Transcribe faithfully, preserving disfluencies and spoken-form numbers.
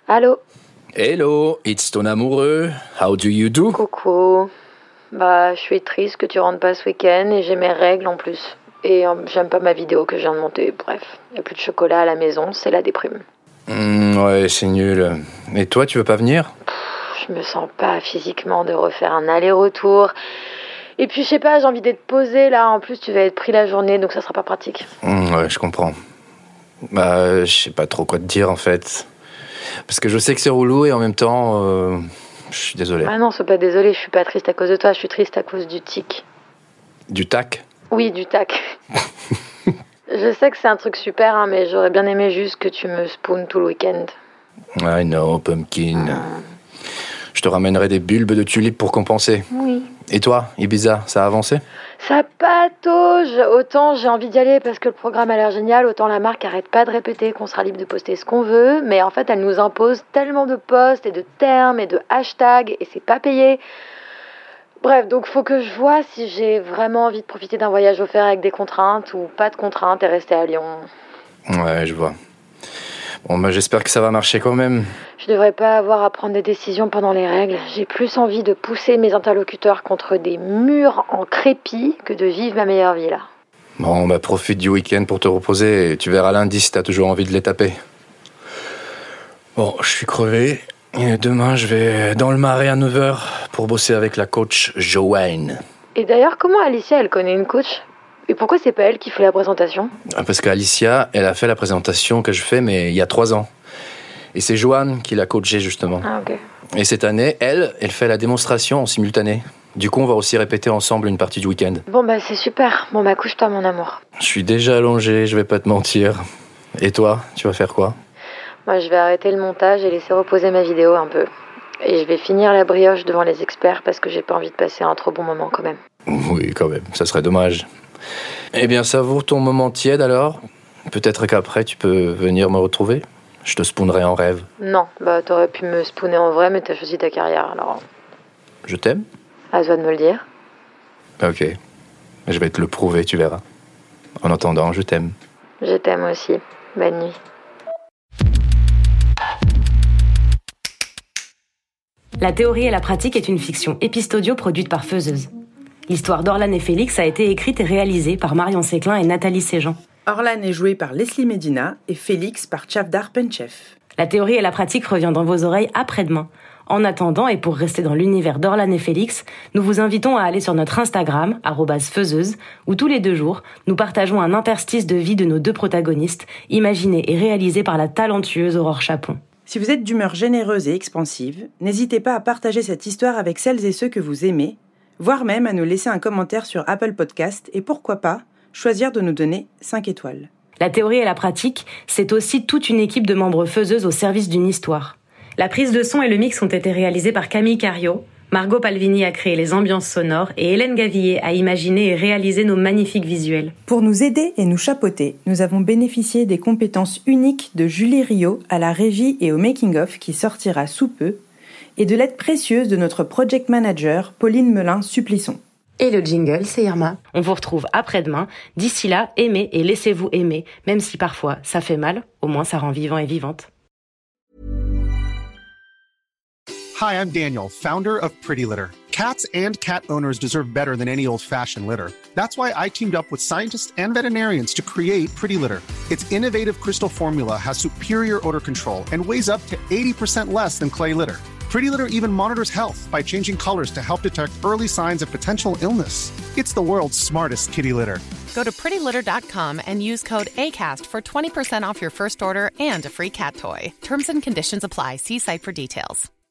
Allô? Hello, it's ton amoureux. How do you do? Coucou. Bah, je suis triste que tu rentres pas ce week-end et j'ai mes règles en plus. Et euh, j'aime pas ma vidéo que je viens de monter. Bref, y a plus de chocolat à la maison, c'est la déprime. Mmh, ouais, c'est nul. Et toi, tu veux pas venir? Pff, je me sens pas physiquement de refaire un aller-retour. Et puis, je sais pas, j'ai envie d'être posée là. En plus, tu vas être pris la journée, donc ça sera pas pratique. Mmh, ouais, je comprends. Bah, je sais pas trop quoi te dire en fait. Parce que je sais que c'est relou et en même temps, euh, je suis désolé. Ah non, sois pas désolée, je suis pas triste à cause de toi, je suis triste à cause du tic. Du tac? Oui, du tac. Je sais que c'est un truc super, hein, mais j'aurais bien aimé juste que tu me spoones tout le week-end. I know, pumpkin. Mmh. Je te ramènerai des bulbes de tulipes pour compenser. Oui. Et toi, Ibiza, ça a avancé? Ça patauge. Autant j'ai envie d'y aller parce que le programme a l'air génial, autant la marque arrête pas de répéter qu'on sera libre de poster ce qu'on veut, mais en fait elle nous impose tellement de posts et de termes et de hashtags et c'est pas payé. Bref, donc faut que je vois si j'ai vraiment envie de profiter d'un voyage offert avec des contraintes ou pas de contraintes et rester à Lyon. Ouais, je vois. Bon, bah j'espère que ça va marcher quand même. Je devrais pas avoir à prendre des décisions pendant les règles. J'ai plus envie de pousser mes interlocuteurs contre des murs en crépi que de vivre ma meilleure vie là. Bon, bah profite du week-end pour te reposer et tu verras lundi si t'as toujours envie de les taper. Bon, je suis crevé. Et demain, je vais dans le Marais à neuf heures pour bosser avec la coach Joanne. Et d'ailleurs, comment Alicia, elle connaît une coach ? Et pourquoi c'est pas elle qui fait la présentation ? Parce qu'Alicia, elle a fait la présentation que je fais, mais il y a trois ans. Et c'est Joanne qui l'a coachée, justement. Ah, ok. Et cette année, elle, elle fait la démonstration en simultané. Du coup, on va aussi répéter ensemble une partie du week-end. Bon, bah, c'est super. Bon, bah, couche-toi, mon amour. Je suis déjà allongé, je vais pas te mentir. Et toi, tu vas faire quoi ? Moi, je vais arrêter le montage et laisser reposer ma vidéo un peu. Et je vais finir la brioche devant les experts parce que j'ai pas envie de passer un trop bon moment quand même. Oui, quand même, ça serait dommage. Eh bien, savoure ton moment tiède alors. Peut-être qu'après, tu peux venir me retrouver. Je te spoonerai en rêve. Non, bah t'aurais pu me spooner en vrai, mais t'as choisi ta carrière, alors... Je t'aime ? À toi de me le dire. Ok. Je vais te le prouver, tu verras. En attendant, je t'aime. Je t'aime aussi. Bonne nuit. La théorie et la pratique est une fiction épistodio produite par Faiseuse. L'histoire d'Orlan et Félix a été écrite et réalisée par Marion Séclin et Nathalie Séjean. Orlan est joué par Leslie Medina et Félix par Chavdar Penchev. La théorie et la pratique revient dans vos oreilles après-demain. En attendant, et pour rester dans l'univers d'Orlan et Félix, nous vous invitons à aller sur notre Instagram, arobase faiseuse, où tous les deux jours, nous partageons un interstice de vie de nos deux protagonistes, imaginé et réalisé par la talentueuse Aurore Chapon. Si vous êtes d'humeur généreuse et expansive, n'hésitez pas à partager cette histoire avec celles et ceux que vous aimez, voire même à nous laisser un commentaire sur Apple Podcast et pourquoi pas, choisir de nous donner cinq étoiles. La théorie et la pratique, c'est aussi toute une équipe de membres faiseuses au service d'une histoire. La prise de son et le mix ont été réalisés par Camille Cario, Margot Palvini a créé les ambiances sonores et Hélène Gavillier a imaginé et réalisé nos magnifiques visuels. Pour nous aider et nous chapeauter, nous avons bénéficié des compétences uniques de Julie Rio à la régie et au making-of qui sortira sous peu, et de l'aide précieuse de notre project manager Pauline Melin-Supplisson. Et le jingle, c'est Irma. On vous retrouve après-demain. D'ici là, aimez et laissez-vous aimer, même si parfois ça fait mal, au moins ça rend vivant et vivante. Hi, I'm Daniel, founder of Pretty Litter. Cats and cat owners deserve better than any old-fashioned litter. That's why I teamed up with scientists and veterinarians to create Pretty Litter. Its innovative crystal formula has superior odor control and weighs up to eighty percent less than clay litter. Pretty Litter even monitors health by changing colors to help detect early signs of potential illness. It's the world's smartest kitty litter. Go to pretty litter dot com and use code ACAST for twenty percent off your first order and a free cat toy. Terms and conditions apply. See site for details.